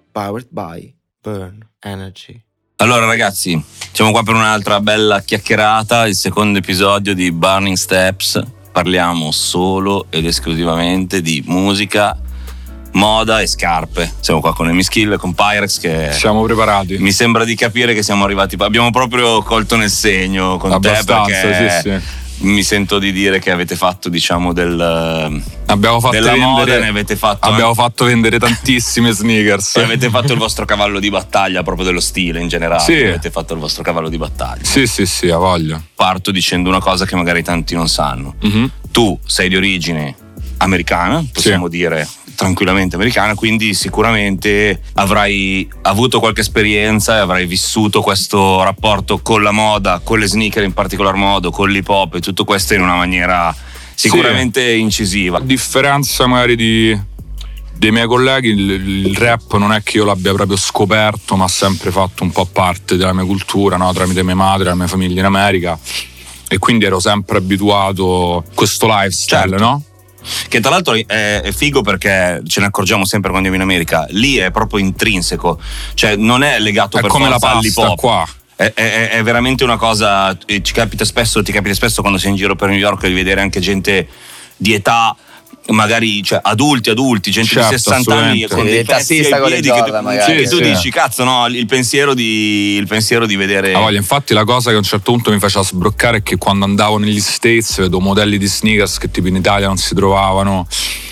Powered by Burn Energy. Allora ragazzi, siamo qua per un'altra bella chiacchierata, il secondo episodio di Burning Steps. Parliamo solo ed esclusivamente di musica, moda e scarpe. Siamo qua con Emiskill e con Pyrex che siamo preparati. Mi sembra di capire che siamo arrivati, abbiamo proprio colto nel segno con abbastanza, te, perché sì. Mi sento di dire che avete fatto, diciamo, della moda, ne avete fatto. Abbiamo fatto vendere tantissime sneakers. E avete fatto il vostro cavallo di battaglia, proprio dello stile in generale. Sì. Avete fatto il vostro cavallo di battaglia. Sì, ha voglia. Parto dicendo una cosa che magari tanti non sanno. Mm-hmm. Tu sei di origine americana, possiamo dire tranquillamente americana, quindi sicuramente avrai avuto qualche esperienza e avrai vissuto questo rapporto con la moda, con le sneaker in particolar modo, con l'hip hop e tutto questo in una maniera sicuramente incisiva. A differenza magari dei miei colleghi, il rap non è che io l'abbia proprio scoperto, ma ha sempre fatto un po' parte della mia cultura, no? Tramite mia madre, la mia famiglia in America, e quindi ero sempre abituato a questo lifestyle, certo. No? Che tra l'altro è figo perché ce ne accorgiamo sempre quando andiamo in America, lì è proprio intrinseco, cioè non è legato è per come forza la all'hip hop qua. È veramente una cosa, ti capita spesso quando sei in giro per New York di vedere anche gente di età magari, cioè adulti, gente certo, di 60 anni con dei pezzi ai piedi che tu dici cazzo no, il pensiero di vedere. Voglia, infatti la cosa che a un certo punto mi faceva sbroccare è che quando andavo negli States vedo modelli di sneakers che tipo in Italia non si trovavano,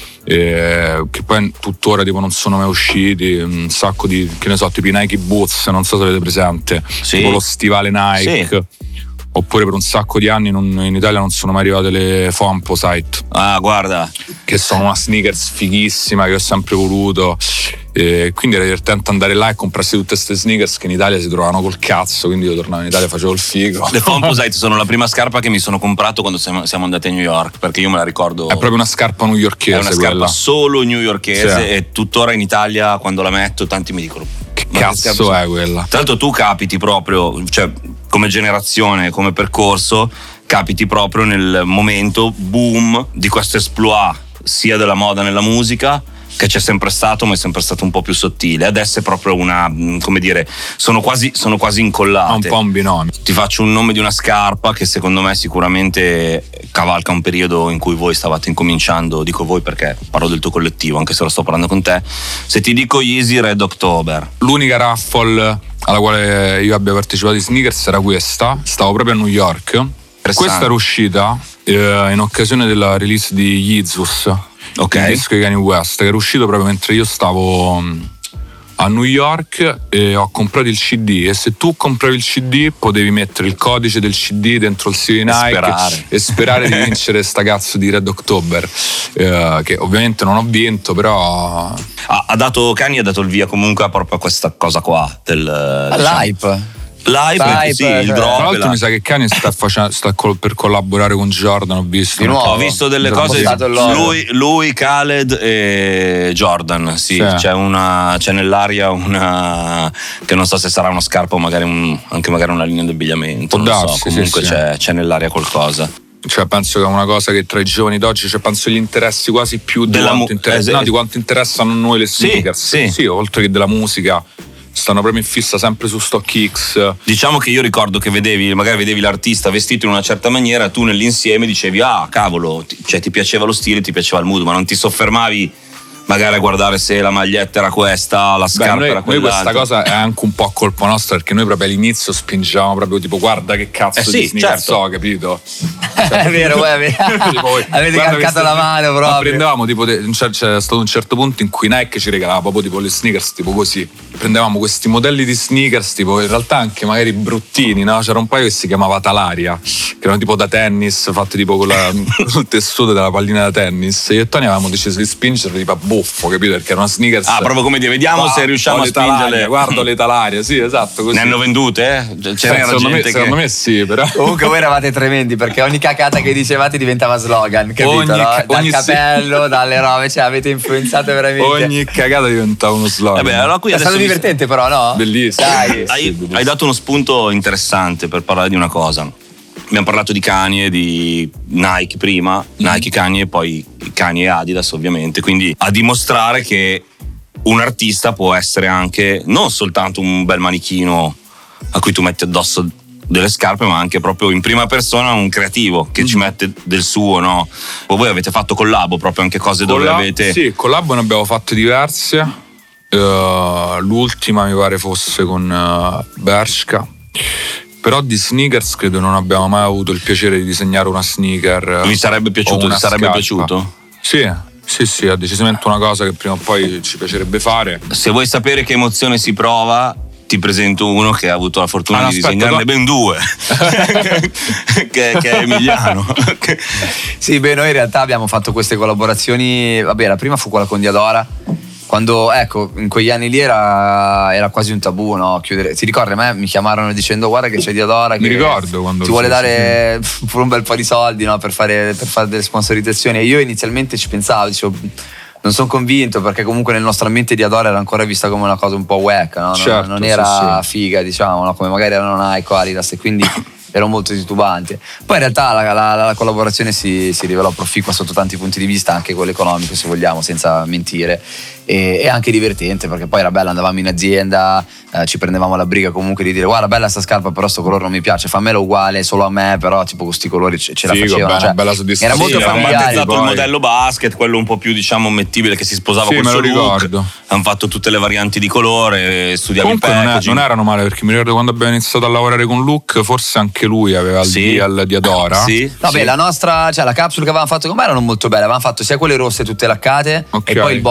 che poi tuttora tipo non sono mai usciti, un sacco di, che ne so, tipo i Nike Boots, non so se avete presente, tipo lo stivale Nike. Oppure per un sacco di anni in Italia non sono mai arrivate le Fomposite. Ah, guarda. Che sono una sneakers fighissima che ho sempre voluto. Quindi era divertente andare là e comprarsi tutte queste sneakers che in Italia si trovavano col cazzo. Quindi io tornavo in Italia e facevo il figo. Le Fomposite sono la prima scarpa che mi sono comprato quando siamo andati a New York, perché io me la ricordo. È proprio una scarpa newyorkese. È una scarpa solo newyorkese, sì. E tuttora in Italia quando la metto tanti mi dicono che cazzo è quella? Tra l'altro tu capiti proprio, cioè come generazione, come percorso, capiti proprio nel momento boom di questo exploit sia della moda nella musica, che c'è sempre stato, ma è sempre stato un po' più sottile. Adesso è proprio una, come dire, sono quasi incollate. Un po' un binomio. Ti faccio un nome di una scarpa che secondo me sicuramente cavalca un periodo in cui voi stavate incominciando. Dico voi perché parlo del tuo collettivo, anche se lo sto parlando con te. Se ti dico Yeezy Red October. L'unica raffle alla quale io abbia partecipato di sneakers era questa. Stavo proprio a New York. Questa era uscita in occasione della release di Yeezus, il disco di Kanye West, che era uscito proprio mentre io stavo a New York, e ho comprato il CD, e se tu compravi il CD potevi mettere il codice del CD dentro il sito di Nike e sperare di vincere sta cazzo di Red October, che ovviamente non ho vinto, però Kanye ha dato il via comunque proprio a questa cosa qua all'hype. Live, sì, il drop. Tra l'altro mi sa che Kanye sta per collaborare con Jordan, ho visto. Ho visto delle cose, lui, Khaled e Jordan, sì. C'è nell'aria una che non so se sarà una scarpa o magari anche una linea di abbigliamento, non so, comunque sì. C'è nell'aria qualcosa. Cioè penso che è una cosa che tra i giovani d'oggi, cioè penso gli interessi quasi più di quanto interessano a noi le sneakers. Sì, oltre che della musica. Stanno proprio in fissa sempre su StockX. Diciamo che io ricordo che magari vedevi l'artista vestito in una certa maniera, tu nell'insieme dicevi cavolo, cioè ti piaceva lo stile, ti piaceva il mood, ma non ti soffermavi magari a guardare se la maglietta era questa, la scarpa era quell'altra. Noi questa cosa è anche un po' colpa nostra, perché noi proprio all'inizio spingevamo proprio tipo guarda che cazzo di sneakers, certo. Capito? Cioè, è vero, avete calcato la mano proprio. Ma prendevamo tipo c'è stato un certo punto in cui Nike ci regalava proprio tipo le sneakers tipo così. Prendevamo questi modelli di sneakers tipo in realtà anche magari bruttini, no? C'era un paio che si chiamava Talaria, che erano tipo da tennis, fatti tipo con il tessuto della pallina da tennis, e io e Tony avevamo deciso di spingerli tipo a buffo, capito? Perché erano sneakers. Proprio come dire, vediamo se riusciamo a spingerle. Guardo le Talaria, sì, esatto, così. Ne hanno vendute? Secondo me sì, però. Comunque voi eravate tremendi, perché ogni cacata che dicevate diventava slogan, capito? Dal capello, dalle robe, cioè avete influenzato veramente. Ogni cagata diventava uno slogan. Vabbè, allora qui è stato divertente però, no? Bellissimo. Dai. Hai dato uno spunto interessante per parlare di una cosa. Abbiamo parlato di Kanye, di Nike prima, Nike, Kanye e poi Kanye e Adidas ovviamente, quindi a dimostrare che un artista può essere anche non soltanto un bel manichino a cui tu metti addosso delle scarpe, ma anche proprio in prima persona un creativo che ci mette del suo, no? O voi avete fatto collabo proprio anche cose dove avete... Sì, collabo ne abbiamo fatte diverse. L'ultima mi pare fosse con Bershka. Però di sneakers credo non abbiamo mai avuto il piacere di disegnare una sneaker. Vi sarebbe piaciuto? Ti sarebbe piaciuto? Sì, è decisamente una cosa che prima o poi ci piacerebbe fare. Se vuoi sapere che emozione si prova, ti presento uno che ha avuto la fortuna di disegnarne ben due, che è Emiliano. Sì, beh, noi in realtà abbiamo fatto queste collaborazioni. Vabbè, la prima fu quella con Diadora. Quando, ecco, in quegli anni lì era quasi un tabù, no? Chiudere. Ti ricordi, a me mi chiamarono dicendo guarda che c'è Diadora che mi ricordo quando ti vuole dare pure un bel po' di soldi, no? per fare delle sponsorizzazioni. E io inizialmente ci pensavo, dicevo non sono convinto, perché comunque nel nostro ambiente Diadora era ancora vista come una cosa un po' wack, no? Certo, non era figa, diciamo, no? Come magari erano Nike o Adidas, e quindi ero molto titubante. Poi in realtà la collaborazione si rivelò proficua sotto tanti punti di vista, anche quello economico, se vogliamo, senza mentire, e anche divertente, perché poi era bella, andavamo in azienda, ci prendevamo la briga comunque di dire guarda bella sta scarpa, però sto colore non mi piace, fammela uguale solo a me, però tipo con sti colori ce la facevano, cioè, bella soddisfazione. era molto familiare. Hanno battezzato il modello basket, quello un po' più diciamo mettibile, che si sposava col suo look. Hanno fatto tutte le varianti di colore, studiavi il packaging. Non erano male, perché mi ricordo quando abbiamo iniziato a lavorare con Luke, forse anche lui aveva il deal di Adora. Vabbè, la nostra, cioè la capsule che avevamo fatto con me erano molto belle, avevamo fatto sia quelle rosse tutte laccate, e poi il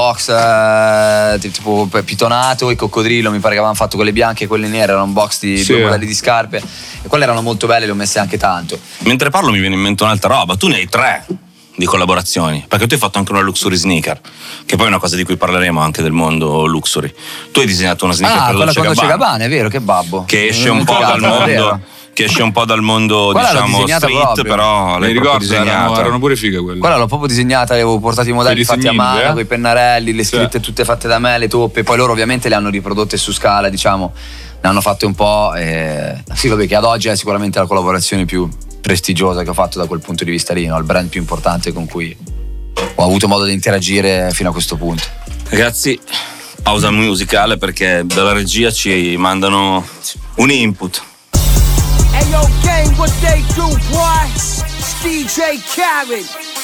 box tipo pitonato, il coccodrillo mi pare che avevamo fatto quelle bianche e quelle nere, era un box di due modelli di scarpe, e quelle erano molto belle, le ho messe anche tanto. Mentre parlo mi viene in mente un'altra roba, tu ne hai 3 di collaborazioni, perché tu hai fatto anche una luxury sneaker, che poi è una cosa di cui parleremo anche del mondo luxury. Tu hai disegnato una sneaker per Dolce Gabbana, è vero, che babbo, che esce un po' dal mondo, che esce un po' dal mondo diciamo street, proprio. Però mi ricordo erano pure fighe quelle. Quella l'ho proprio disegnata, avevo portato i modelli fatti a mano, con i pennarelli, le scritte tutte fatte da me, le toppe, poi loro ovviamente le hanno riprodotte su scala, diciamo, ne hanno fatte un po', sì vabbè, che ad oggi è sicuramente la collaborazione più prestigiosa che ho fatto da quel punto di vista lì, no? Il brand più importante con cui ho avuto modo di interagire fino a questo punto. Ragazzi, pausa musicale, perché dalla regia ci mandano un input. Hey yo, gang, what they do, boy? It's DJ Khaled.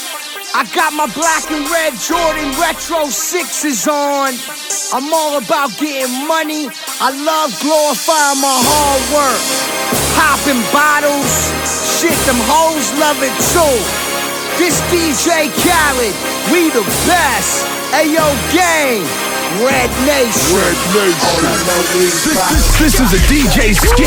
I got my black and red Jordan Retro 6s on. I'm all about getting money. I love glorifying my hard work. Popping bottles, shit, them hoes love it too. This DJ Khaled, we the best. Hey yo, gang. Red Nation. Red Nation. This is a DJ Ski.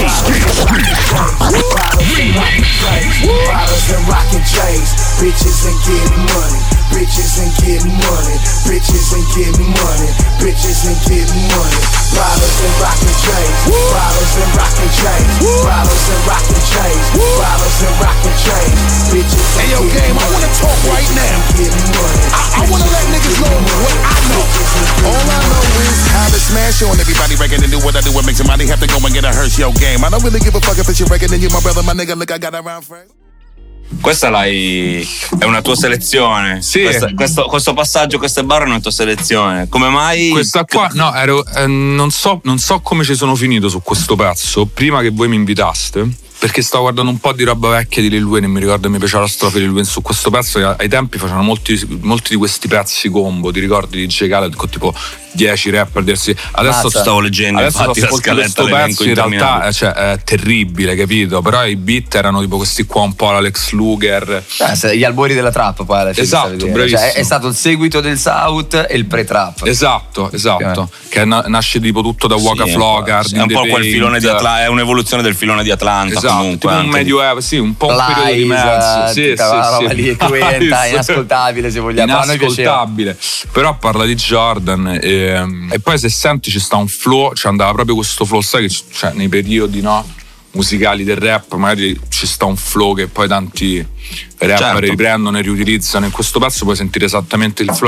Bottles and rockin' chains, bitches and getting money. Bitches and getting money. Bitches and getting money. Bitches and getting money. Bottles and rockin' chains. Bottles and rockin' chains. Bottles and rockin' chains. Bottles and rockin' chains. Bitches and getting money. Hey yo, game, I wanna talk right now. I wanna let niggas know what I know. All I know is how to smash on everybody record and do what I do. What makes your money have to go and get a Hershey game. I don't really give a fuck if it's your record and you my brother, my nigga. Look, I got around friends. Questa è una tua selezione. Sì. Questo passaggio, questa barra è una tua selezione. Come mai? Questa qua, no, non so come ci sono finito su questo pezzo prima che voi mi invitaste, perché stavo guardando un po' di roba vecchia di Lil Wayne e mi ricordo mi piaceva la strofa di Lil Wayne su questo pezzo, che ai tempi facevano molti di questi pezzi combo, ti ricordi di J. Khaled con tipo 10 rapper diversi. Adesso stavo leggendo, infatti, la scaletta, questo pezzo in realtà è terribile, capito? Però i beat erano tipo questi qua un po' l'Alex Luger, gli albori della trap, poi alla fine. Esatto, bravissimo. Cioè, è stato il seguito del South e il pre-trap. Esatto. Che nasce tipo tutto da Waka Flockhart. È un po' quel filone di Atlanta, è un'evoluzione del filone di Atlanta. Esatto, comunque, tipo un medioevo, sì, un po' un periodo di mezzo. Sì, roba lì cruenta, inascoltabile se vogliamo. Inascoltabile. Però parla di Jordan e poi se senti ci sta un flow, cioè andava proprio questo flow, sai che cioè, nei periodi musicali del rap magari ci sta un flow che poi tanti rapper riprendono e riutilizzano. In questo pezzo puoi sentire esattamente il flow,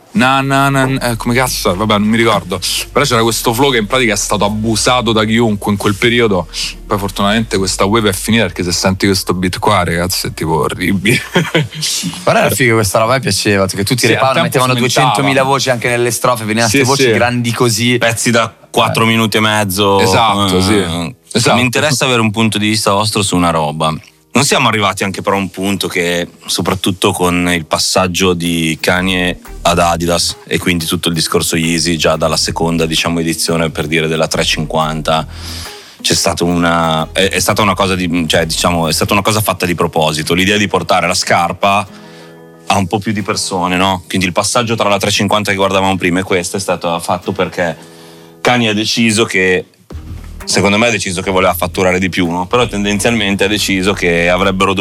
come cazzo, vabbè, non mi ricordo. Però c'era questo flow che in pratica è stato abusato da chiunque in quel periodo. Poi fortunatamente questa wave è finita, perché se senti questo beat qua, ragazzi, è tipo orribile. Però era figo, questa roba mi piaceva, perché tutti repavano, mettevano 200.000 voci anche nelle strofe, venivano queste voci grandi così. Pezzi da 4 minuti e mezzo. Esatto, sì. Esatto. Mi interessa avere un punto di vista vostro su una roba. Non siamo arrivati anche però a un punto che, soprattutto con il passaggio di Kanye ad Adidas e quindi tutto il discorso Yeezy già dalla seconda, diciamo, edizione, per dire, della 350, c'è stata è stata una cosa è stata una cosa fatta di proposito, l'idea di portare la scarpa a un po' più di persone, no? Quindi il passaggio tra la 350 che guardavamo prima e questa è stato fatto perché Kanye ha deciso che, secondo me ha deciso che voleva fatturare di più, no? Però tendenzialmente ha deciso che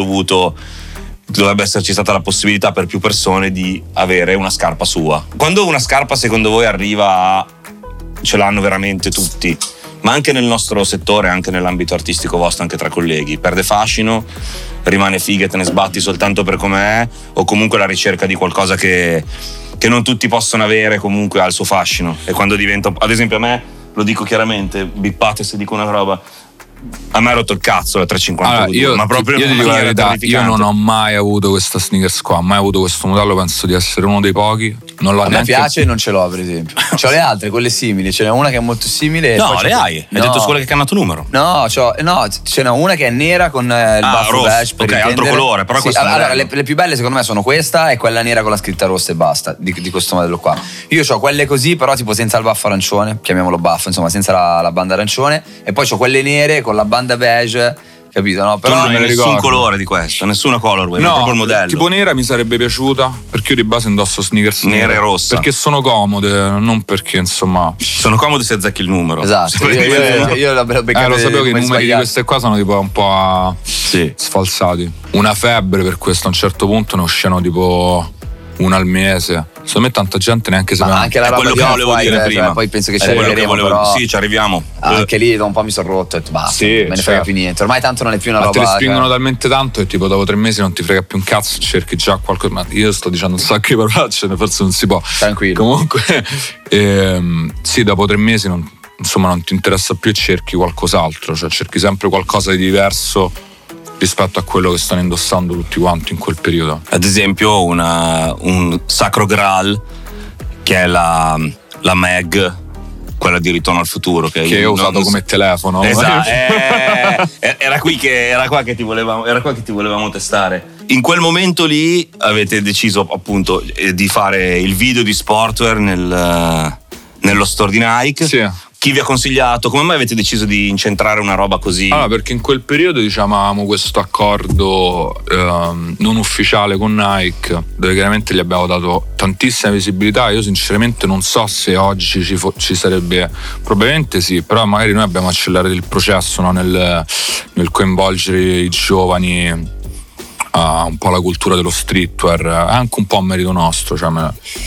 dovrebbe esserci stata la possibilità per più persone di avere una scarpa sua. Quando una scarpa, secondo voi, arriva ce l'hanno veramente tutti, ma anche nel nostro settore, anche nell'ambito artistico vostro, anche tra colleghi, perde fascino, rimane figa e te ne sbatti soltanto per com'è, o comunque la ricerca di qualcosa che non tutti possono avere, comunque ha il suo fascino. E quando diventa, ad esempio, a me, lo dico chiaramente, bippate se dico una roba, a me ha rotto il cazzo la 350. Allora, ma proprio io ti dico la verità, io non ho mai avuto questa sneakers qua, mai avuto questo modello, penso di essere uno dei pochi. Non l'ho a neanche... me piace e non ce l'ho, per esempio. C'ho le altre, quelle simili, ce n'è una che è molto simile. No, le hai? Hai detto solo che è cannato numero. No, ce n'è una che è nera con il buffalo beige, per ok, altro colore, però sì, allora le più belle secondo me sono questa e quella nera con la scritta rossa e basta, di questo modello qua. Io ho quelle così, però tipo senza il buff arancione, chiamiamolo buff, insomma, senza la banda arancione, e poi ho quelle nere con la banda beige, capito, no? Però non hai nessun colore di questo, nessuna colorway, no, proprio il modello. Tipo nera mi sarebbe piaciuta, perché io di base indosso sneakers nera e rossa, perché sono comode, non perché insomma sono comode se azzecchi il numero. Esatto. io l'ho beccato, lo sapevo che i numeri di queste qua sono tipo un po' sfalsati. Una febbre per questo, a un certo punto ne usciano tipo una al mese. Secondo me tanta gente neanche sapeva. Ma anche la roba quello che volevo dire prima. Cioè, poi penso che ci arriveremo, però sì, ci arriviamo. Anche lì da un po' mi sono rotto e basta, me ne frega più niente. Ormai tanto non è più una roba. Te le spingono talmente tanto che tipo dopo 3 mesi non ti frega più un cazzo, cerchi già qualcosa. Ma io sto dicendo un sacco di parolacce, forse non si può. Tranquillo. Comunque sì, dopo 3 mesi non ti interessa più e cerchi qualcos'altro, cioè cerchi sempre qualcosa di diverso rispetto a quello che stanno indossando tutti quanti in quel periodo. Ad esempio un sacro graal che è la Meg, quella di Ritorno al futuro, che ho usato come telefono. Esatto. Era qua che ti volevamo testare. In quel momento lì avete deciso appunto di fare il video di sportwear nello store di Nike. Sì. Chi vi ha consigliato? Come mai avete deciso di incentrare una roba così? Allora, perché in quel periodo avevamo questo accordo non ufficiale con Nike, dove chiaramente gli abbiamo dato tantissima visibilità. Io sinceramente non so se oggi ci sarebbe, probabilmente sì, però magari noi abbiamo accelerato il processo, no? nel coinvolgere i giovani a un po' la cultura dello streetwear, è anche un po' a merito nostro, cioè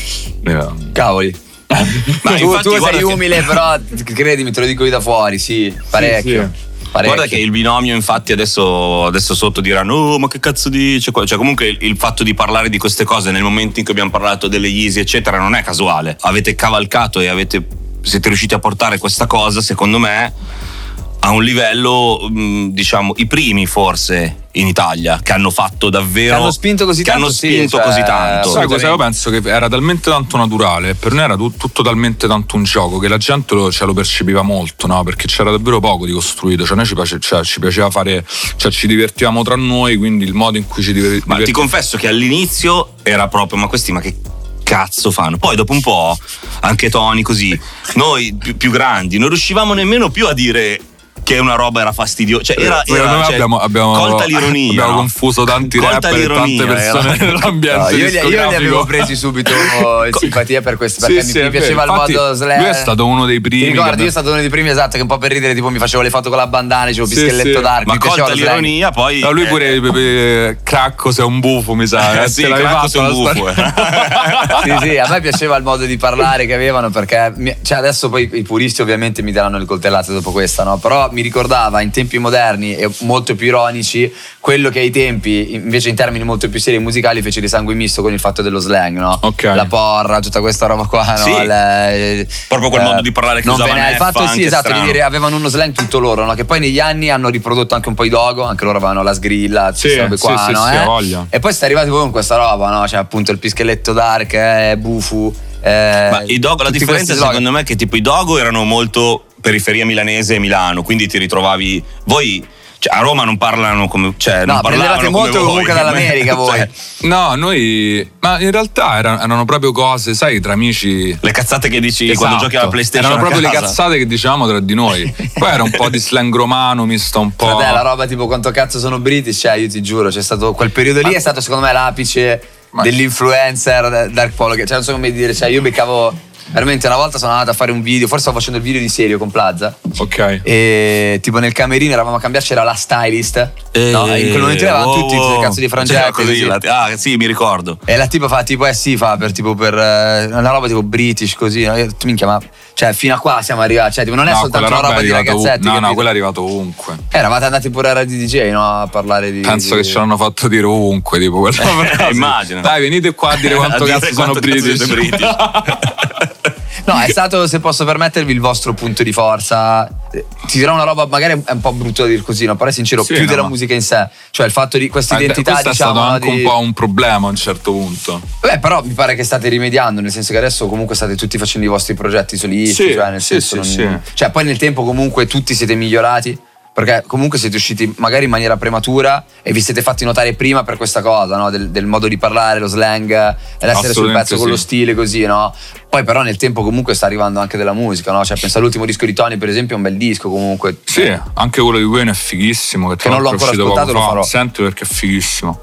cavoli. Ma tu sei umile, però credimi, te lo dico io da fuori, sì, parecchio. Sì. Guarda che il binomio, infatti, adesso sotto diranno oh, ma che cazzo dice? Cioè comunque il fatto di parlare di queste cose nel momento in cui abbiamo parlato delle Yeezy eccetera non è casuale. Avete cavalcato e siete riusciti a portare questa cosa, secondo me, a un livello, diciamo, i primi forse in Italia che hanno fatto davvero, che hanno spinto così tanto. Sai cosa, io penso che era talmente tanto naturale, per noi era tutto talmente tanto un gioco che la gente lo percepiva molto, no? Perché c'era davvero poco di costruito, cioè noi ci piaceva fare, cioè ci divertivamo tra noi, quindi il modo in cui ci divertivamo. Ma ti confesso che all'inizio era proprio ma che cazzo fanno? Poi dopo un po', anche Tony così, noi più grandi non riuscivamo nemmeno più a dire che una roba era fastidiosa, cioè abbiamo colta l'ironia, abbiamo confuso tanti rapper e tante persone nell'ambiente. Io li avevo presi subito in simpatia per questo, perché mi piaceva il modo slang. Lui è stato uno dei primi. Ti ricordi? Io sono stato uno dei primi, esatto, che un po' per ridere tipo mi facevo le foto con la bandana, dicevo Pischelletto d'Arco. Ma colta l'ironia, poi lui pure Cracco sei un bufo, mi sa. Sì, Cracco sei un bufo. Sì, a me piaceva il modo di parlare che avevano, perché cioè adesso poi i puristi ovviamente mi daranno il coltellato dopo questa, no? Però mi ricordava in tempi moderni e molto più ironici quello che ai tempi, invece in termini molto più seri e musicali, fece di sangue misto con il fatto dello slang, no? Okay. La porra, tutta questa roba qua, no? Sì. Proprio quel modo di parlare che non usava il fatto, sì, esatto, avevano uno slang tutto loro, no? Che poi negli anni hanno riprodotto anche un po' i Dogo, anche loro avevano la sgrilla, sì, robe qua, sì, no? Sì, voglia. E poi sta arrivati con questa roba, no? Cioè appunto il pischelletto dark, Bufu. Ma i Dogo, la differenza secondo me è che tipo i Dogo erano molto periferia milanese e Milano, quindi ti ritrovavi voi, cioè a Roma non parlano come, cioè no, non prendevate molto come comunque voi, dall'America voi. Cioè, no, noi, ma in realtà erano proprio cose, sai, tra amici. Le cazzate che dici Esatto. quando giochi alla PlayStation. Erano proprio a casa. le cazzate che dicevamo tra di noi. Poi era un po' di slang romano misto un po'. La roba tipo quanto cazzo sono British, cioè io ti giuro, c'è stato quel periodo lì, è stato secondo me l'apice dell'influencer Dark Polo, cioè non so come dire, cioè io beccavo veramente. Una volta sono andato a fare un video, forse stavo facendo il video di Serio con Plaza. Ok. E tipo nel camerino eravamo a cambiarci, c'era la stylist. No, in quel momento eravamo tutti cazzo di frangetti. Così, sì, mi ricordo. E la tipa fa tipo sì, fa per tipo per una roba tipo British così, no? Tu minchia, ma cioè fino a qua siamo arrivati, cioè tipo non è soltanto una roba di ragazzetti. No, quella è arrivata ovunque. Eravate andati pure a Radio DJ, no? A parlare di. Penso che ce l'hanno fatto dire ovunque, tipo quella immagino. Dai, venite qua a dire quanto cazzo sono British. No, è stato, se posso permettervi, il vostro punto di forza. Ti dirò una roba, magari è un po' brutto da dire così, no? Però è sincero, sì, più della musica in sé. Cioè il fatto di questa identità, questo diciamo, è stato anche di... un po' un problema a un certo punto. Beh, però mi pare che state rimediando, nel senso che adesso comunque state tutti facendo i vostri progetti solisti, sì, cioè nel senso sì. Cioè poi nel tempo comunque tutti siete migliorati, perché comunque siete usciti magari in maniera prematura e vi siete fatti notare prima per questa cosa, no? Del modo di parlare, lo slang, l'essere sul pezzo con lo stile così, no? Poi però nel tempo comunque sta arrivando anche della musica, no? Cioè pensa all'ultimo disco di Tony, per esempio, è un bel disco comunque. Sì, anche quello di Wayne è fighissimo, che non l'ho ancora ascoltato, lo farò. Sento perché è fighissimo.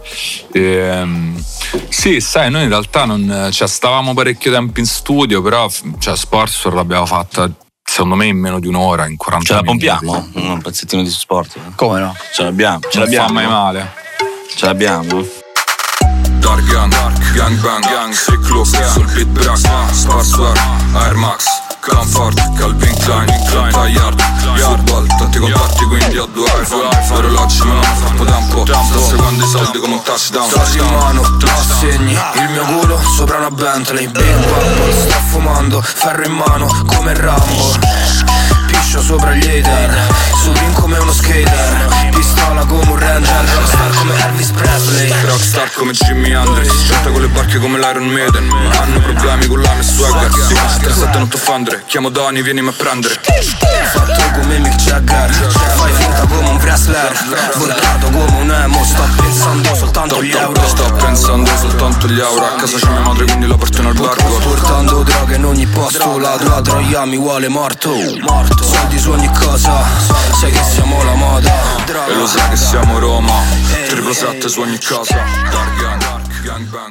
Sì, sai, noi in realtà non, cioè, stavamo parecchio tempo in studio, però cioè, Sportsor l'abbiamo fatta secondo me in meno di un'ora, in 40 Ce la minuti. pompiamo? Un pezzettino di sport? Come no? Ce l'abbiamo. Non fa mai male. Ce l'abbiamo. Dark Gang Bang, Ciclo, sul beat Brack, Sparsware, Air Max, Comfort, Calvin Klein, Yard, Football, tanti contatti quindi ho 2 iPhone, orologi ma non ho troppo tempo, sto seguendo i soldi come un touchdown. Soldi in mano, te lo assegni, il mio culo sopra una Bentley, Big Bang, sto fumando, ferro in mano come Rambo, piscio sopra gli hater, Supreme come uno skater, pistola come un ranger, rockstar come Elvis Presley, rockstar come Jimi Hendrix, scelta con le barche come l'Iron Maiden, hanno problemi con l'ame swagger, 37 non t'offendere, chiamo Doni, vienimi a prendere. Fatto come Mick Jagger, fai finta come un wrestler, voltato come un emo, sto pensando soltanto agli euro. Sto pensando soltanto agli euro, a casa c'è mia madre quindi la porto nel barco. Portando droga in ogni posto, la troia mi vuole morto. Soldi su ogni cosa, sai che siamo la moda. E lo sai che siamo Roma, 777 su ogni cosa. Dark Gang Bang.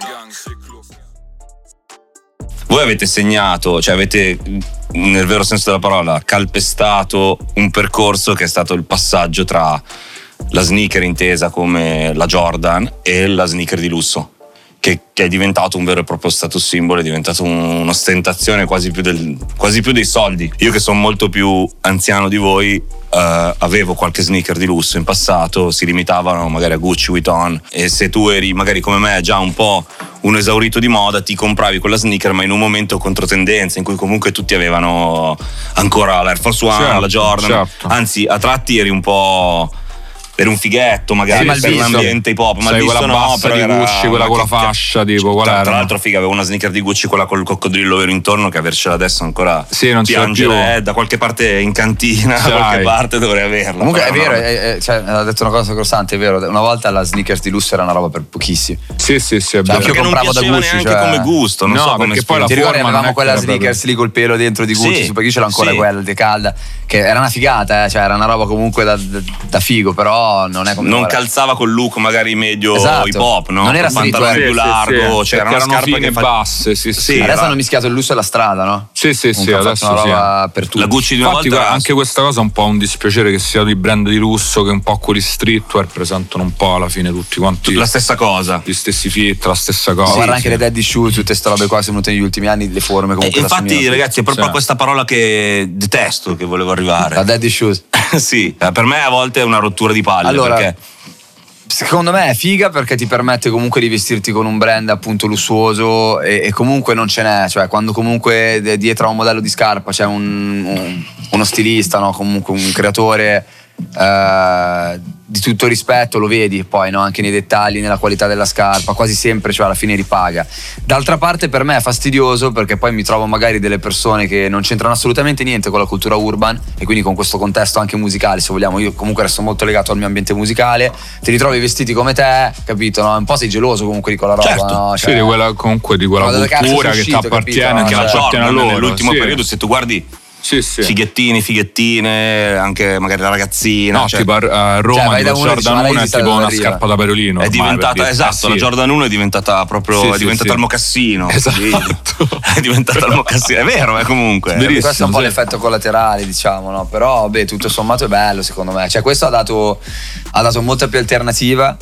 Voi avete segnato, cioè avete, nel vero senso della parola, calpestato un percorso che è stato il passaggio tra la sneaker intesa come la Jordan e la sneaker di lusso, che è diventato un vero e proprio status symbol, è diventato un'ostentazione quasi più dei soldi. Io che sono molto più anziano di voi, avevo qualche sneaker di lusso in passato, si limitavano magari a Gucci, Vuitton, e se tu eri magari come me già un po' un esaurito di moda, ti compravi quella sneaker ma in un momento controtendenza in cui comunque tutti avevano ancora l'Air Force One, certo, la Jordan, certo. Anzi a tratti eri un po'... per un fighetto magari, per l'ambiente hip hop, ma sai, quella bassa di Gucci, quella con la fascia, tipo, qual era? Tra l'altro figa, avevo una sneaker di Gucci, quella col coccodrillo vero intorno, che avercela adesso ancora sì, non piangere, da qualche parte in cantina, da qualche parte dovrei averla. Comunque è vero, cioè, ha detto una cosa costante, è vero, una volta la sneaker di lusso era una roba per pochissimi. Sì, è cioè, vero. Perché non piaceva da Gucci, neanche come gusto, non so come perché poi la ti ricordi, forma avevamo quella sneakers lì col pelo dentro di Gucci, perché io ce l'ho ancora quella di calda, che era una figata, cioè era una roba comunque da figo, però però non è come non ora. calzava col look magari medio Esatto. hip hop, no? Non era il pantalone streetwear. più largo, sì, cioè era una erano scarpa fine che e basse, sì. Adesso era- hanno mischiato il lusso e la strada, no? Sì, Comunque hanno adesso fatto una sì. roba per tutti. la Gucci di una Infatti volta anche questa cosa è un po' un dispiacere, che sia i brand di lusso che un po' quelli streetwear presentano un po' alla fine tutti quanti la stessa cosa. gli stessi fit, la stessa Ma cosa. guarda anche le daddy shoes, tutte queste robe qua sono venute negli ultimi anni, le forme comunque Infatti assomigliano. ragazzi è proprio Sì. a questa parola che detesto che volevo arrivare. La daddy shoes. Sì, per me a volte è una rottura di palle, Allora, perché secondo me è figa perché ti permette comunque di vestirti con un brand appunto lussuoso e comunque non ce n'è, cioè quando comunque dietro a un modello di scarpa c'è uno stilista, no? Comunque un creatore di tutto rispetto, lo vedi poi, no? Anche nei dettagli, nella qualità della scarpa, quasi sempre, cioè alla fine ripaga. D'altra parte per me è fastidioso perché poi mi trovo magari delle persone che non c'entrano assolutamente niente con la cultura urban e quindi con questo contesto anche musicale, se vogliamo. Io comunque resto molto legato al mio ambiente musicale, ti ritrovi vestiti come te, capito, no? Un po' sei geloso comunque di quella roba, Certo. no? Sì, di quella, comunque di quella Ma dove cazzo cultura sei che ti uscito, appartiene, capito? che No, la appartiene a Jordan loro. nell'ultimo sì. periodo, se tu guardi Sì. fighettine, anche magari la ragazzina, No, cioè, tipo a Roma Cioè, vai da tipo uno e dici, ma Jordan lei 1 è esiste tipo da una dove arriva? scarpa da perolino. è ormai, per diventata, dire. esatto, Sì. la Jordan 1 è diventata proprio, Sì, è sì, diventata sì. il mocassino. Esatto. Sì. È diventata il mocassino, è vero, comunque. Verissimo. Questo è un po' sì. l'effetto collaterale, diciamo, no? Però, beh, tutto sommato è bello, secondo me. Cioè, questo ha dato molta più alternativa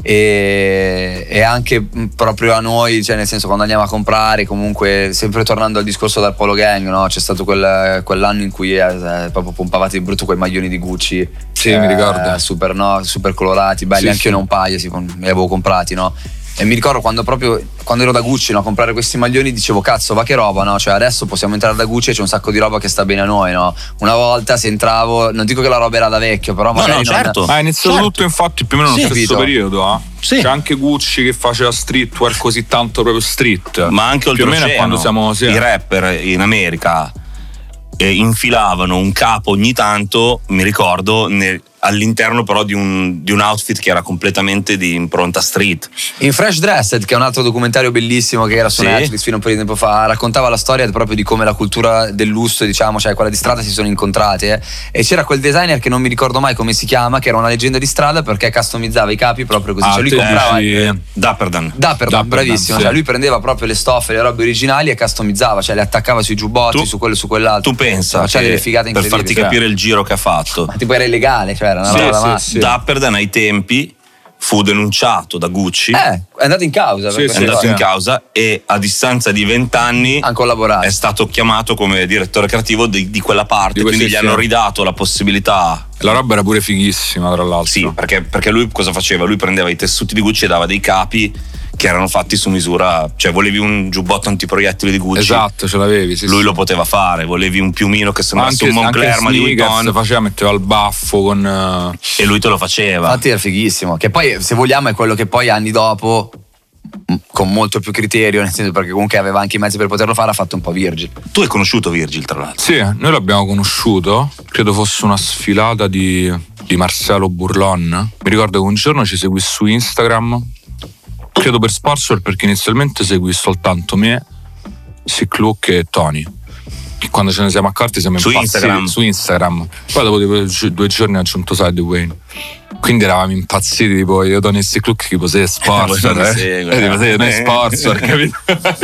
e anche proprio a noi, cioè, nel senso, quando andiamo a comprare, comunque, sempre tornando al discorso del Polo Gang, no? C'è stato quell'anno in cui proprio pompavate di brutto quei maglioni di Gucci. Sì, mi ricordo. Super, no? Super colorati, belli, Sì, anche sì. io ne ho un paio, me li avevo comprati, no? E mi ricordo quando ero da Gucci, no, a comprare questi maglioni, dicevo cazzo, va che roba, no? Cioè adesso possiamo entrare da Gucci e c'è un sacco di roba che sta bene a noi, no? Una volta se entravo, non dico che la roba era da vecchio, però magari certo. Ma è iniziato tutto infatti più o meno nello Sì, stesso capito? periodo. Sì. C'è anche Gucci che faceva streetwear così tanto proprio street. Ma anche più o meno è oltreoceano, quando siamo i rapper in America infilavano un capo ogni tanto, mi ricordo, all'interno però di un outfit che era completamente di impronta street. In Fresh Dressed, che è un altro documentario bellissimo che era su Sì. Netflix fino a un po' di tempo fa, raccontava la storia proprio di come la cultura del lusso, diciamo, cioè quella di strada, si sono incontrate, e c'era quel designer che non mi ricordo mai come si chiama, che era una leggenda di strada perché customizzava i capi proprio così, cioè lui te comprava dici- Dapperdan. Dapperdan, bravissimo, sì. cioè lui prendeva proprio le stoffe, le robe originali e customizzava, cioè le attaccava sui giubbotti, su quello, su quell'altro. Tu pensa faceva che delle figate per incredibili. farti capire il giro che ha fatto, Ma tipo era illegale, cioè era una roba da matti. Dapperdan ai tempi fu denunciato da Gucci, È andato in causa per Sì, è queste andato cose. in causa e a distanza di 20 anni Han collaborato. è stato chiamato come direttore creativo di quella parte, Di questi quindi gli hanno film. ridato la possibilità. La roba era pure fighissima, tra l'altro. Sì, perché lui cosa faceva? Lui prendeva i tessuti di Gucci e dava dei capi che erano fatti su misura, cioè volevi un giubbotto antiproiettili di Gucci, Esatto, ce l'avevi. Sì, lui sì. lo poteva fare, volevi un piumino che sembrasse Anche, un Moncler anche ma di Sneakers Vuitton faceva, metteva il baffo con e lui te lo faceva. Infatti era fighissimo. Che poi, se vogliamo, è quello che poi anni dopo, con molto più criterio, nel senso, perché comunque aveva anche i mezzi per poterlo fare, ha fatto un po' Virgil. Tu hai conosciuto Virgil, tra l'altro? Sì, noi l'abbiamo conosciuto, credo fosse una sfilata di Marcelo Burlon. Mi ricordo che un giorno ci seguì su Instagram, credo per sponsor, perché inizialmente seguì soltanto me, Sick Look e Tony. Che quando ce ne siamo accorti siamo Su impazziti Instagram? su Instagram. Poi dopo 2 giorni ha aggiunto Side Wayne. Quindi eravamo impazziti, tipo io, Tony e Sick Look, tipo sei sponsor, Voi non mi segue, tipo sei noi sponsor, capito?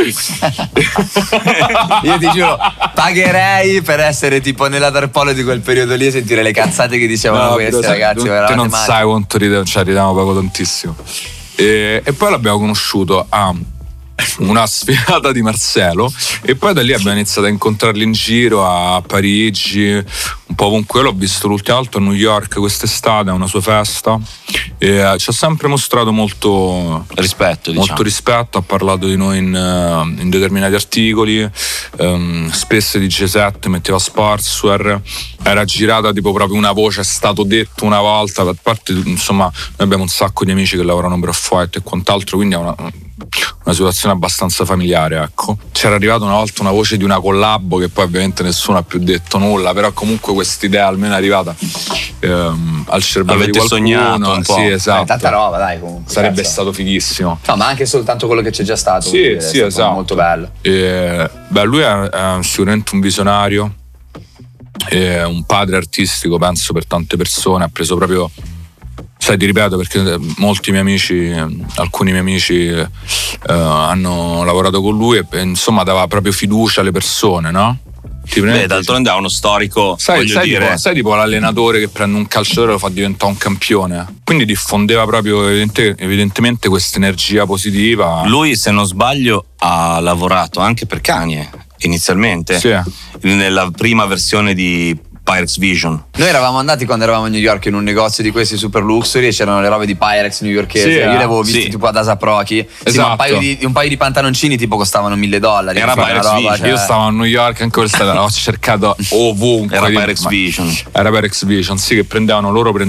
Io ti giuro, pagherei per essere tipo nella Darpolo di quel periodo lì e sentire le cazzate che dicevano No, questi però ragazzi. tu veramente non matti. sai quanto ridevamo proprio tantissimo. E poi l'abbiamo conosciuto a una sfilata di Marcelo e poi da lì abbiamo iniziato a incontrarli in giro a Parigi, un po' ovunque. Io l'ho visto l'ultima volta a New York quest'estate a una sua festa e ci ha sempre mostrato molto Rispetto, diciamo. molto rispetto, ha parlato di noi in determinati articoli, spesso di G7 metteva sportswear, era girata tipo proprio una voce, è stato detto una volta, a parte insomma noi abbiamo un sacco di amici che lavorano per Off-White e quant'altro, quindi è una situazione abbastanza familiare, ecco. C'era arrivata una volta una voce di una collabo che poi ovviamente nessuno ha più detto nulla, però comunque quest'idea almeno è arrivata al cervello Avete di qualcuno. sognato un po'. Sì, esatto. Tanta roba, dai, comunque. Sarebbe cazzo. stato fighissimo. No, ma anche soltanto quello che c'è già stato. Sì, voglio dire, sì, è stato esatto. molto bello. Lui è sicuramente un visionario, è un padre artistico, penso, per tante persone. Ha preso proprio Sai, ti ripeto, perché molti miei amici, alcuni miei amici hanno lavorato con lui e insomma dava proprio fiducia alle persone, no? Beh, d'altronde ha uno storico, sai tipo l'allenatore che prende un calciatore e lo fa diventare un campione, quindi diffondeva proprio evidentemente questa energia positiva. Lui, se non sbaglio, ha lavorato anche per Kanye inizialmente, sì, nella prima versione di Pyrex Vision. Noi eravamo andati quando eravamo a New York in un negozio di questi super luxury e c'erano le robe di Pyrex newyorkese. Sì, io le avevo viste tipo ad Asaprochi. Esatto. Sì, ma un paio di pantaloncini tipo costavano $1,000. Era Pyrex Vision. Io stavo a New York anche questa, l'ho cercato ovunque. Era Pyrex Vision. Era Pyrex Vision, sì, che prendevano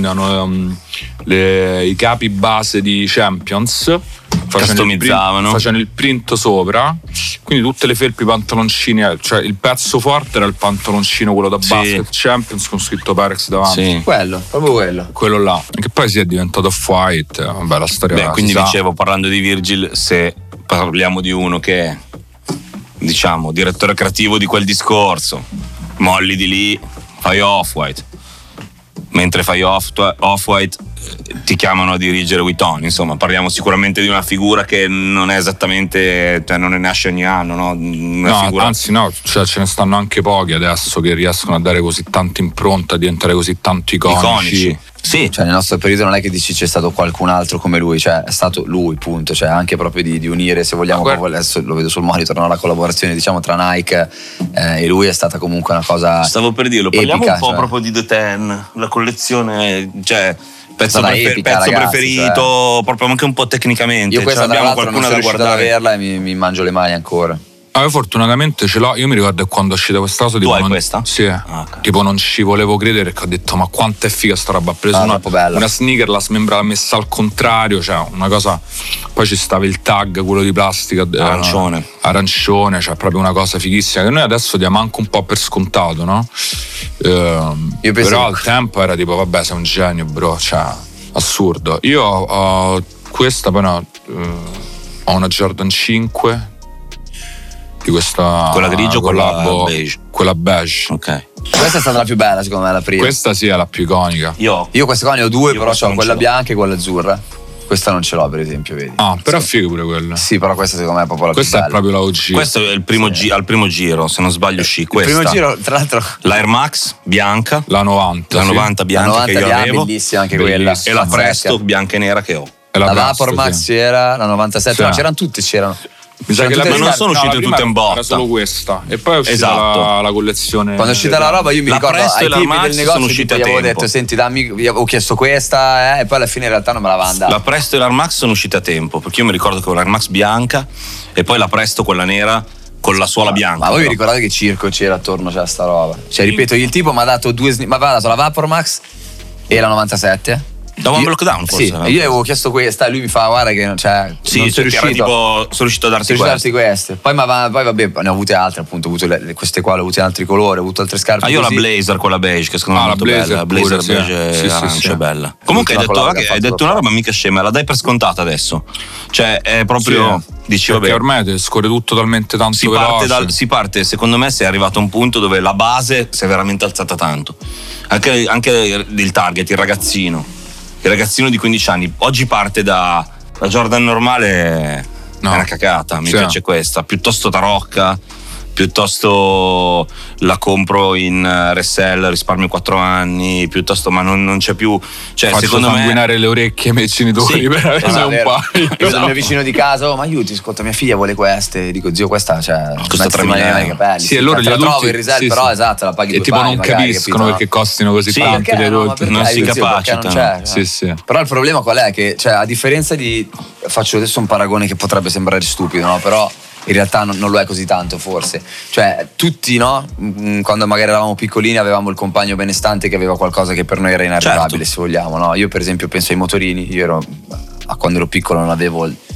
i capi base di Champions, facevano il print sopra, quindi tutte le felpe, i pantaloncini, cioè il pezzo forte era il pantaloncino quello da basket Champions con scritto Pyrex davanti. Sì. Proprio quello là, che poi si è diventato Off-White. Vabbè, la storia. Beh, quindi dicevo, parlando di Virgil, se parliamo di uno che è, diciamo, direttore creativo di quel discorso, molli di lì, fai Off-White, mentre fai Off-White ti chiamano a dirigere Vuitton. Insomma, parliamo sicuramente di una figura che non è esattamente, cioè non ne nasce ogni anno, no? Figura... Anzi no, cioè ce ne stanno anche pochi adesso che riescono a dare così tanta impronta, a diventare così tanto iconici. Sì, cioè nel nostro periodo non è che dici c'è stato qualcun altro come lui, cioè è stato lui, punto. Cioè anche proprio di unire, se vogliamo, adesso lo vedo sul monitor, no? La collaborazione, diciamo, tra Nike e lui è stata comunque una cosa. Stavo per dirlo, epica, parliamo un po' cioè. Proprio di The Ten, la collezione, cioè pezzo epica, preferito, cioè. Proprio anche un po' tecnicamente. Io questa abbiamo qualcuno non sono riuscito ad averla e mi mangio le mani ancora. Io fortunatamente ce l'ho. Io mi ricordo quando è uscita questa cosa, tipo, tu hai questa? Sì, okay. Tipo non ci volevo credere, perché ho detto ma quanto è figa sta roba. Ho preso una sneaker, la smembrata messa al contrario, cioè una cosa. Poi ci stava il tag, quello di plastica arancione, cioè proprio una cosa fighissima che noi adesso diamo anche un po' per scontato, no? Però al tempo era tipo vabbè, sei un genio, bro, cioè assurdo. Io ho questa, poi no, ho una Jordan 5 di questa, quella grigio o quella beige? Quella beige. Ok. Questa è stata la più bella, secondo me, la prima. Questa sì è la più iconica. Io queste qua ne ho due, però ho quella bianca e quella azzurra. Questa non ce l'ho, per esempio, vedi? Ah, però figo pure quella. Sì, però questa secondo me è proprio la questa più bella. Questa è proprio la OG. Questo è il primo al primo giro, se non sbaglio uscì questa. Il primo giro, tra l'altro. L'Air Max bianca. La 90. La 90 bianca, la 90 che io avevo. Bellissima anche quella. E la Presto bianca e nera che ho. La Vapor Max c'era, la 97, no, c'erano tutte, c'erano. Mi sa che non sono uscite tutte in botta. Era solo questa. E poi è uscita la collezione. Quando è uscita la roba, io mi ricordo ai tipi del negozio gli avevo detto senti dammi, ho chiesto questa e poi alla fine in realtà non me la va andare. La Presto e l'Air Max sono uscite a tempo, perché io mi ricordo che ho l'Air Max bianca e poi la Presto quella nera con la suola bianca. Ma voi vi ricordate che circo c'era attorno a sta roba? Cioè ripeto, il tipo mi ha dato mi ha dato la Vapor Max e la 97. Da One Lockdown forse? Sì, io avevo chiesto questa e lui mi fa guarda che non c'è. Sì, non sei riuscito. Tipo, sono riuscito a darti queste. Poi vabbè, ne ho avute altre, appunto, ho avuto queste qua, le ho avute in altri colori, ho avuto altre scarpe. Io così. La Blazer, quella beige, che secondo me è molto bella. La Blazer beige arancia è bella. Comunque hai detto una roba mica scema, la dai per scontata adesso. Cioè è proprio. Dici, perché vabbè, ormai scorre tutto talmente tanto veloce. Si parte, secondo me, sei arrivato a un punto dove la base si è veramente alzata tanto. Anche il target, il ragazzino di 15 anni oggi parte da Jordan normale, è una cacata, mi piace questa, piuttosto tarocca, piuttosto la compro in resell, risparmio 4 anni, piuttosto, ma non c'è più, cioè faccio secondo me sanguinare le orecchie ai miei genitori per avere un paio. Il mio vicino di casa, ma aiuti, ascolta, mia figlia vuole queste, dico zio questa costa 3.000 euro. Capelli, sì, e loro te la trovo in resell, però esatto, la paghi e tipo non capiscono perché costino così tanto dei rotti, non si capacitano. Sì. Però il problema qual è? Che cioè, a differenza di, faccio adesso un paragone che potrebbe sembrare stupido, no? Però in realtà non lo è così tanto, forse. Cioè, tutti, no? Quando magari eravamo piccolini avevamo il compagno benestante che aveva qualcosa che per noi era inarrivabile, se vogliamo, no? Io per esempio penso ai motorini, quando ero piccolo non avevo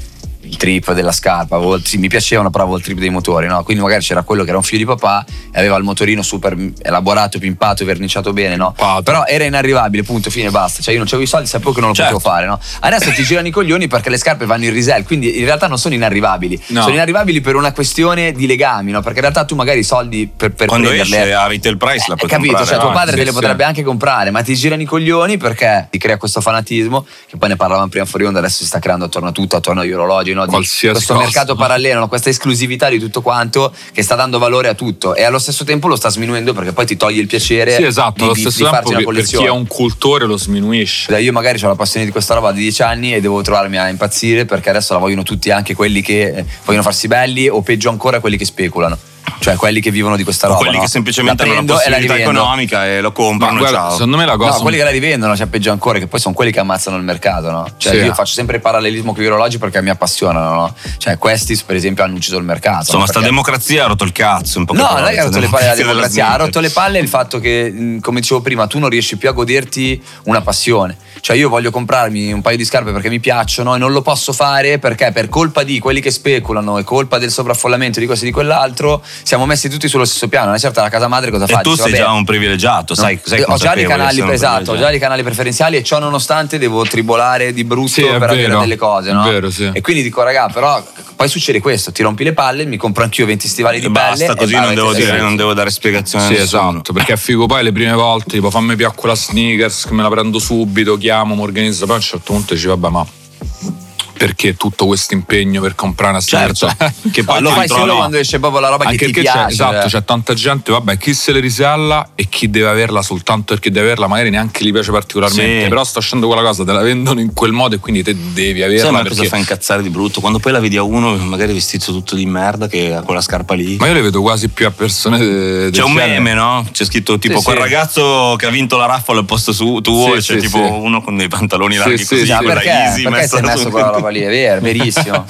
il trip della scarpa, mi piacevano, però avevo il trip dei motori, no? Quindi magari c'era quello che era un figlio di papà e aveva il motorino super elaborato, pimpato, verniciato bene, no? Però era inarrivabile, punto, fine, basta. Cioè io non avevo i soldi, sapevo che non lo potevo fare, no? Adesso ti girano i coglioni perché le scarpe vanno in resell, quindi in realtà non sono inarrivabili, sono inarrivabili per una questione di legami, no? Perché in realtà tu magari i soldi per quando prenderle esce a retail price la puoi capito? comprare, Cioè tuo padre te le potrebbe anche comprare, ma ti girano i coglioni perché ti crea questo fanatismo, che poi ne parlavamo prima fuori onda, adesso si sta creando attorno a tutto, attorno agli orologi, no? Questo mercato parallelo, no? Questa esclusività di tutto quanto che sta dando valore a tutto e allo stesso tempo lo sta sminuendo perché poi ti toglie il piacere di farci una collezione. Per chi è un cultore lo sminuisce. Io magari ho la passione di questa roba di 10 anni e devo trovarmi a impazzire perché adesso la vogliono tutti, anche quelli che vogliono farsi belli o peggio ancora quelli che speculano. Cioè quelli che vivono di questa roba, quelli che semplicemente hanno la possibilità economica e lo comprano. Guarda, secondo me la cosa, no, quelli che la rivendono, cioè peggio ancora, che poi sono quelli che ammazzano il mercato, no? Cioè io faccio sempre il parallelismo con gli orologi perché mi appassionano, no? Cioè questi per esempio hanno ucciso il mercato. Insomma, no? sta democrazia ha rotto il cazzo un po'. No, non è che ha rotto le palle la democrazia, ha rotto le palle il fatto che, come dicevo prima, tu non riesci più a goderti una passione. Cioè io voglio comprarmi un paio di scarpe perché mi piacciono e non lo posso fare perché per colpa di quelli che speculano e colpa del sovraffollamento di questo e di quell'altro siamo messi tutti sullo stesso piano. Una certa la casa madre cosa fa? E tu sei già un privilegiato, sai ho già dei canali, esatto, ho già dei canali preferenziali e ciò nonostante devo tribolare di brutto per avere delle cose, no? Vero, sì. E quindi dico raga, però poi succede questo, ti rompi le palle, mi compro anch'io 20 stivali di pelle basta, così non devo dare spiegazioni a nessuno. Esatto, perché a figo poi le prime volte tipo fammi piacque la sneakers che me la prendo subito, chiamo, mi organizzo, poi a un certo punto dici vabbè ma perché tutto questo impegno per comprare una sneakers? Certo, che poi lo fai solo quando esce proprio la roba anche che ti piace. Esatto, c'è tanta gente, vabbè, chi se le risella e chi deve averla soltanto perché deve averla, magari neanche gli piace particolarmente, però sta uscendo quella cosa, te la vendono in quel modo e quindi te devi averla. Sai, ma cosa fa incazzare di brutto? Quando poi la vedi a uno magari vestito tutto di merda che ha quella scarpa lì. Ma io le vedo quasi più a persone c'è un meme, no? C'è scritto tipo quel ragazzo che ha vinto la raffola al posto tuo e c'è tipo uno con dei pantaloni larghi così con la Yeezy perché sei messo quella roba lì, è vero, verissimo.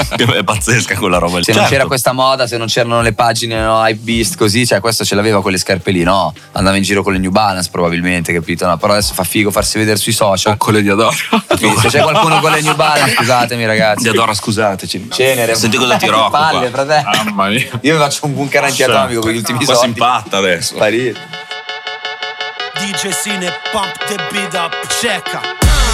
È pazzesca quella roba lì. Se non c'era questa moda, se non c'erano le pagine, no, Hypebeast così, cioè questo ce l'aveva quelle scarpe lì, no? Andava in giro con le New Balance probabilmente, capito? No, però adesso fa figo farsi vedere sui social. O con le Diadora. Se c'è qualcuno con le New Balance, scusatemi ragazzi. Diadora, scusateci. Cenere. Senti cosa ti rocco palle, fratello. Mamma mia. Io mi faccio un bunker antiatomico con gli ultimi soldi. Qua si impatta adesso. Sparire. DJ Cine, pump the beat up, checka.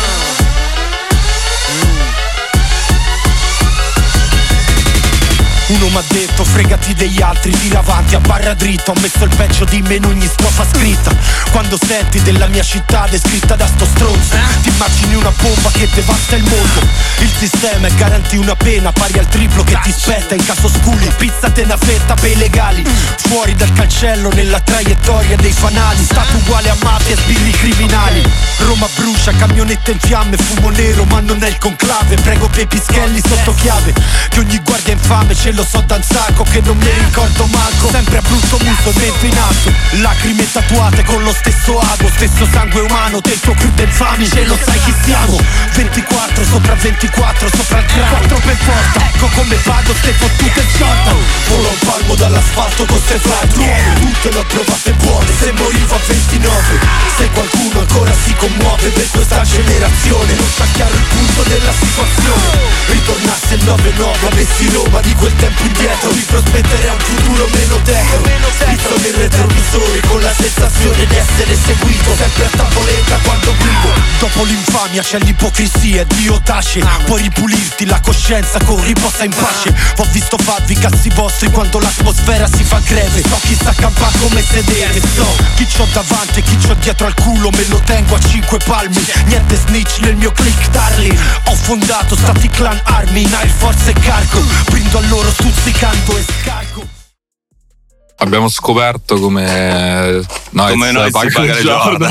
Uno m'ha detto fregati degli altri, tira avanti a barra dritto. Ho messo il peggio di me in ogni strofa scritta. Quando senti della mia città descritta da sto stronzo, ti immagini una bomba che devasta il mondo. Il sistema è garantì una pena pari al triplo che ti spetta in caso sculi. Pizzate una fetta per i legali, fuori dal cancello nella traiettoria dei fanali. Stato uguale a mafia e sbirri criminali. Roma brucia, camionetta in fiamme, fumo nero ma non è il conclave. Prego per i pischelli sotto chiave, che ogni guardia infame ce lo so da un sacco che non mi ricordo manco. Sempre a brutto muso dentro in atto, lacrime tatuate con lo stesso ago, stesso sangue umano del tuo crew d'infami. Ce lo sai chi siamo, 24 sopra 24 sopra il cranio, 4 per porta, ecco come pago ste fottute short. Volo un palmo dall'asfalto con ste flat nuove, tutte le ho provate buone, se morivo a 29. Se qualcuno ancora si commuove per questa generazione, non sta chiaro il punto della situazione. Ritornasse il 9-9, avessi Roma di quel tempo indietro, mi prospetterei un futuro meno tetro. Visto nel retrovisore con la sensazione di essere seguito, sempre a tavoletta quando guido. Dopo l'infamia c'è l'ipocrisia, Dio tace. Puoi ripulirti la coscienza con riposa in pace. Ho visto farvi cazzi vostri quando l'atmosfera si fa greve. So chi sa campare come sedere, so chi c'ho davanti e chi c'ho dietro al culo, me lo tengo a 5 palmi. Niente snitch nel mio click darling. Ho fondato stati clan armi in Air Force e cargo, brindo a loro stuzzicando e scarico. Abbiamo scoperto come noi si paga Jordan.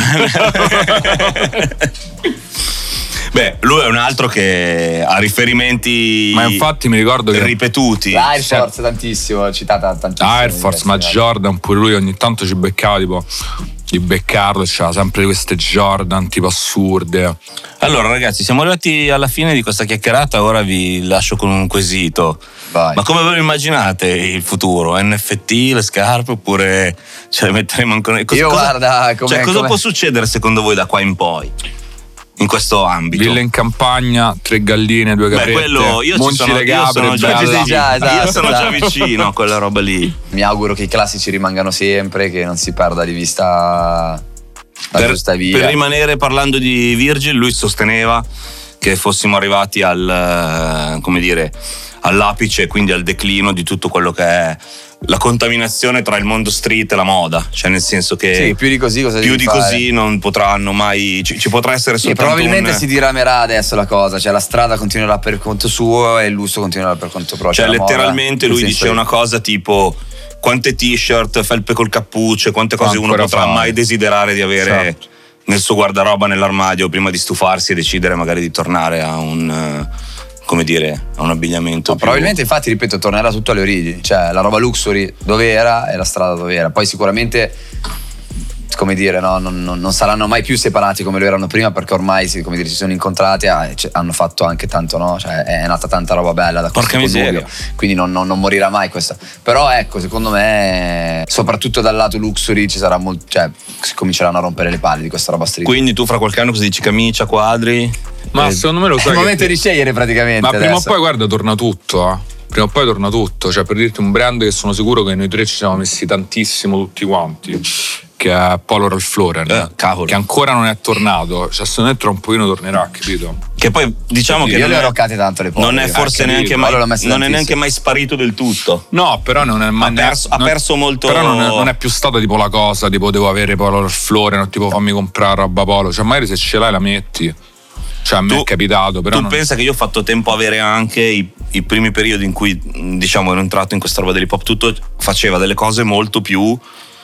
Beh, lui è un altro che ha riferimenti, ma infatti mi ricordo che ripetuti. Air Force tantissimo, citata tantissimo. Air Force, ma Jordan pure lui ogni tanto ci beccava tipo di beccarlo, c'era sempre queste Jordan tipo assurde. Allora ragazzi, siamo arrivati alla fine di questa chiacchierata, ora vi lascio con un quesito. Vai. Ma come ve lo immaginate il futuro? NFT, le scarpe oppure metteremo ancora... Guarda, cosa può succedere secondo voi da qua in poi? in questo ambito. Villa in campagna, 3 galline, 2 caprette. Quello io Monci sono, le capre, io sono già, esatto, io sono già vicino a quella roba lì. Mi auguro che i classici rimangano sempre, che non si perda di vista la giusta via. Per rimanere parlando di Virgil, lui sosteneva che fossimo arrivati al, come dire, all'apice, quindi al declino di tutto quello che è la contaminazione tra il mondo street e la moda, cioè nel senso che sì, più di così cosa più devi di fare? Così non potranno mai, ci potrà essere soltanto probabilmente si diramerà adesso la cosa, cioè la strada continuerà per conto suo e il lusso continuerà per conto proprio. cioè letteralmente moda, lui dice una cosa tipo: quante t-shirt, felpe col cappuccio, quante cose uno potrà fare. mai desiderare di avere Certo. nel suo guardaroba, nell'armadio, prima di stufarsi e decidere magari di tornare a un, come dire, a un abbigliamento più... Probabilmente, infatti, ripeto, tornerà tutto alle origini, cioè la roba luxury dove era e la strada dove era. Poi sicuramente, come dire, no, non saranno mai più separati come lo erano prima, perché ormai come dire, si sono incontrati e hanno fatto anche tanto, no? Cioè è nata tanta roba bella da questo Porca miseria. connubio, quindi non morirà mai questa. Però ecco, secondo me, soprattutto dal lato luxury ci sarà molto, cioè si cominceranno a rompere le palle di questa roba street. Quindi tu fra qualche anno cosa dici? Camicia, quadri? Ma secondo me lo è sai il momento che- di scegliere praticamente. Ma prima o adesso. poi, guarda, torna tutto, Prima o poi torna tutto. Cioè, per dirti un brand che sono sicuro che noi 3 ci siamo messi tantissimo tutti quanti, che è Polo Ralph Lauren, cavolo. che ancora non è tornato. Cioè, secondo me tra un pochino tornerà, capito? Che poi diciamo che io non le ho è, roccate tanto le porte. non è forse capito. neanche Polo l'ho mai, messo non è tantissimo. neanche mai sparito del tutto. No, però non è mai Ha perso molto. Però non è più stata tipo la cosa, tipo devo avere Polo Ralph Lauren, o tipo fammi comprare roba Polo. Cioè, magari se ce l'hai la metti. Cioè, a me è capitato, però. Tu non- pensa che io ho fatto tempo a avere anche i primi periodi in cui, diciamo, ero entrato in questa roba dell'hip hop, tutto faceva delle cose molto più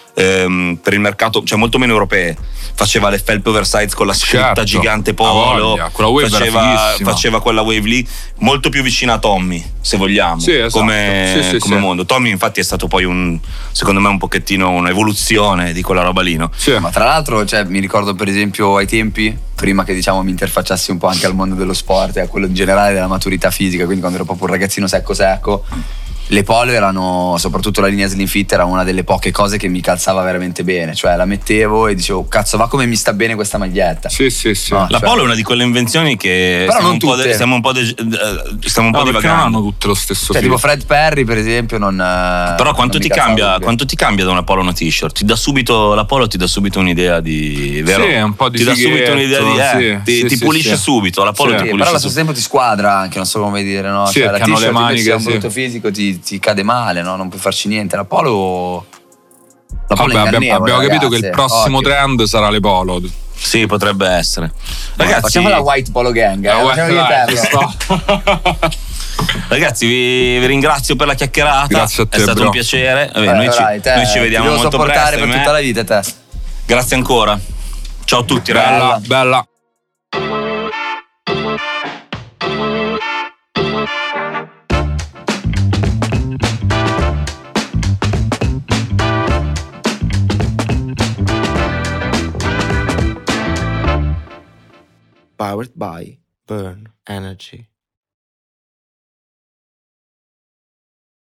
per il mercato, cioè molto meno europee. Faceva le felpe oversize con la scritta Certo, gigante ha Polo, voglia, quella wave era fighissima. faceva quella wave lì molto più vicina a Tommy, se vogliamo, Sì, esatto. come, Sì, come sì. mondo. Tommy infatti è stato poi secondo me un pochettino un'evoluzione di quella roba lì, no? Sì. Ma tra l'altro, cioè, mi ricordo per esempio ai tempi, prima che diciamo mi interfacciassi un po' anche al mondo dello sport e a quello in generale della maturità fisica, quindi quando ero proprio un ragazzino secco, le Polo erano, soprattutto la linea Slim Fit, era una delle poche cose che mi calzava veramente bene, cioè la mettevo e dicevo cazzo va come mi sta bene questa maglietta. Sì. No, La cioè- Polo è una di quelle invenzioni che Però non stiamo un po' tutte. stiamo un po' No, perché non divagando. hanno tutte lo stesso Cioè, filo. tipo Fred Perry per esempio non. Però quanto non ti mi calzava cambia, proprio. quanto ti cambia da una Polo a una t-shirt? La Polo ti dà subito un'idea di, vero? Sì, un po' di ti dà subito un'idea fighetto, di, sì, ti sì, pulisce sì. subito, la Polo Sì, ti Sì, pulisce però allo subito. stesso tempo ti squadra anche, non so come dire, no? Sì, Cioè, la perché hanno t-shirt le maniche, invece è un sì. brutto fisico, ti cade male, no? Non puoi farci niente. La Polo. La Polo Vabbè, è ingannevole, abbiamo capito che il ragazze. prossimo Occhio. trend sarà le Polo. Sì, potrebbe essere. Ragazzi, Facciamo la White Polo Gang, facciamo Dai, di ci eterno. sta. ragazzi, vi ringrazio per la chiacchierata. Grazie a te, è stato bro. un piacere. Vabbè, Vabbè, noi, dai, te, noi ci vediamo ti devo molto sopportare presto. per ahimè. tutta la vita, te. Grazie ancora. Ciao a tutti, ragazzi. Bella. Powered by Burn Energy.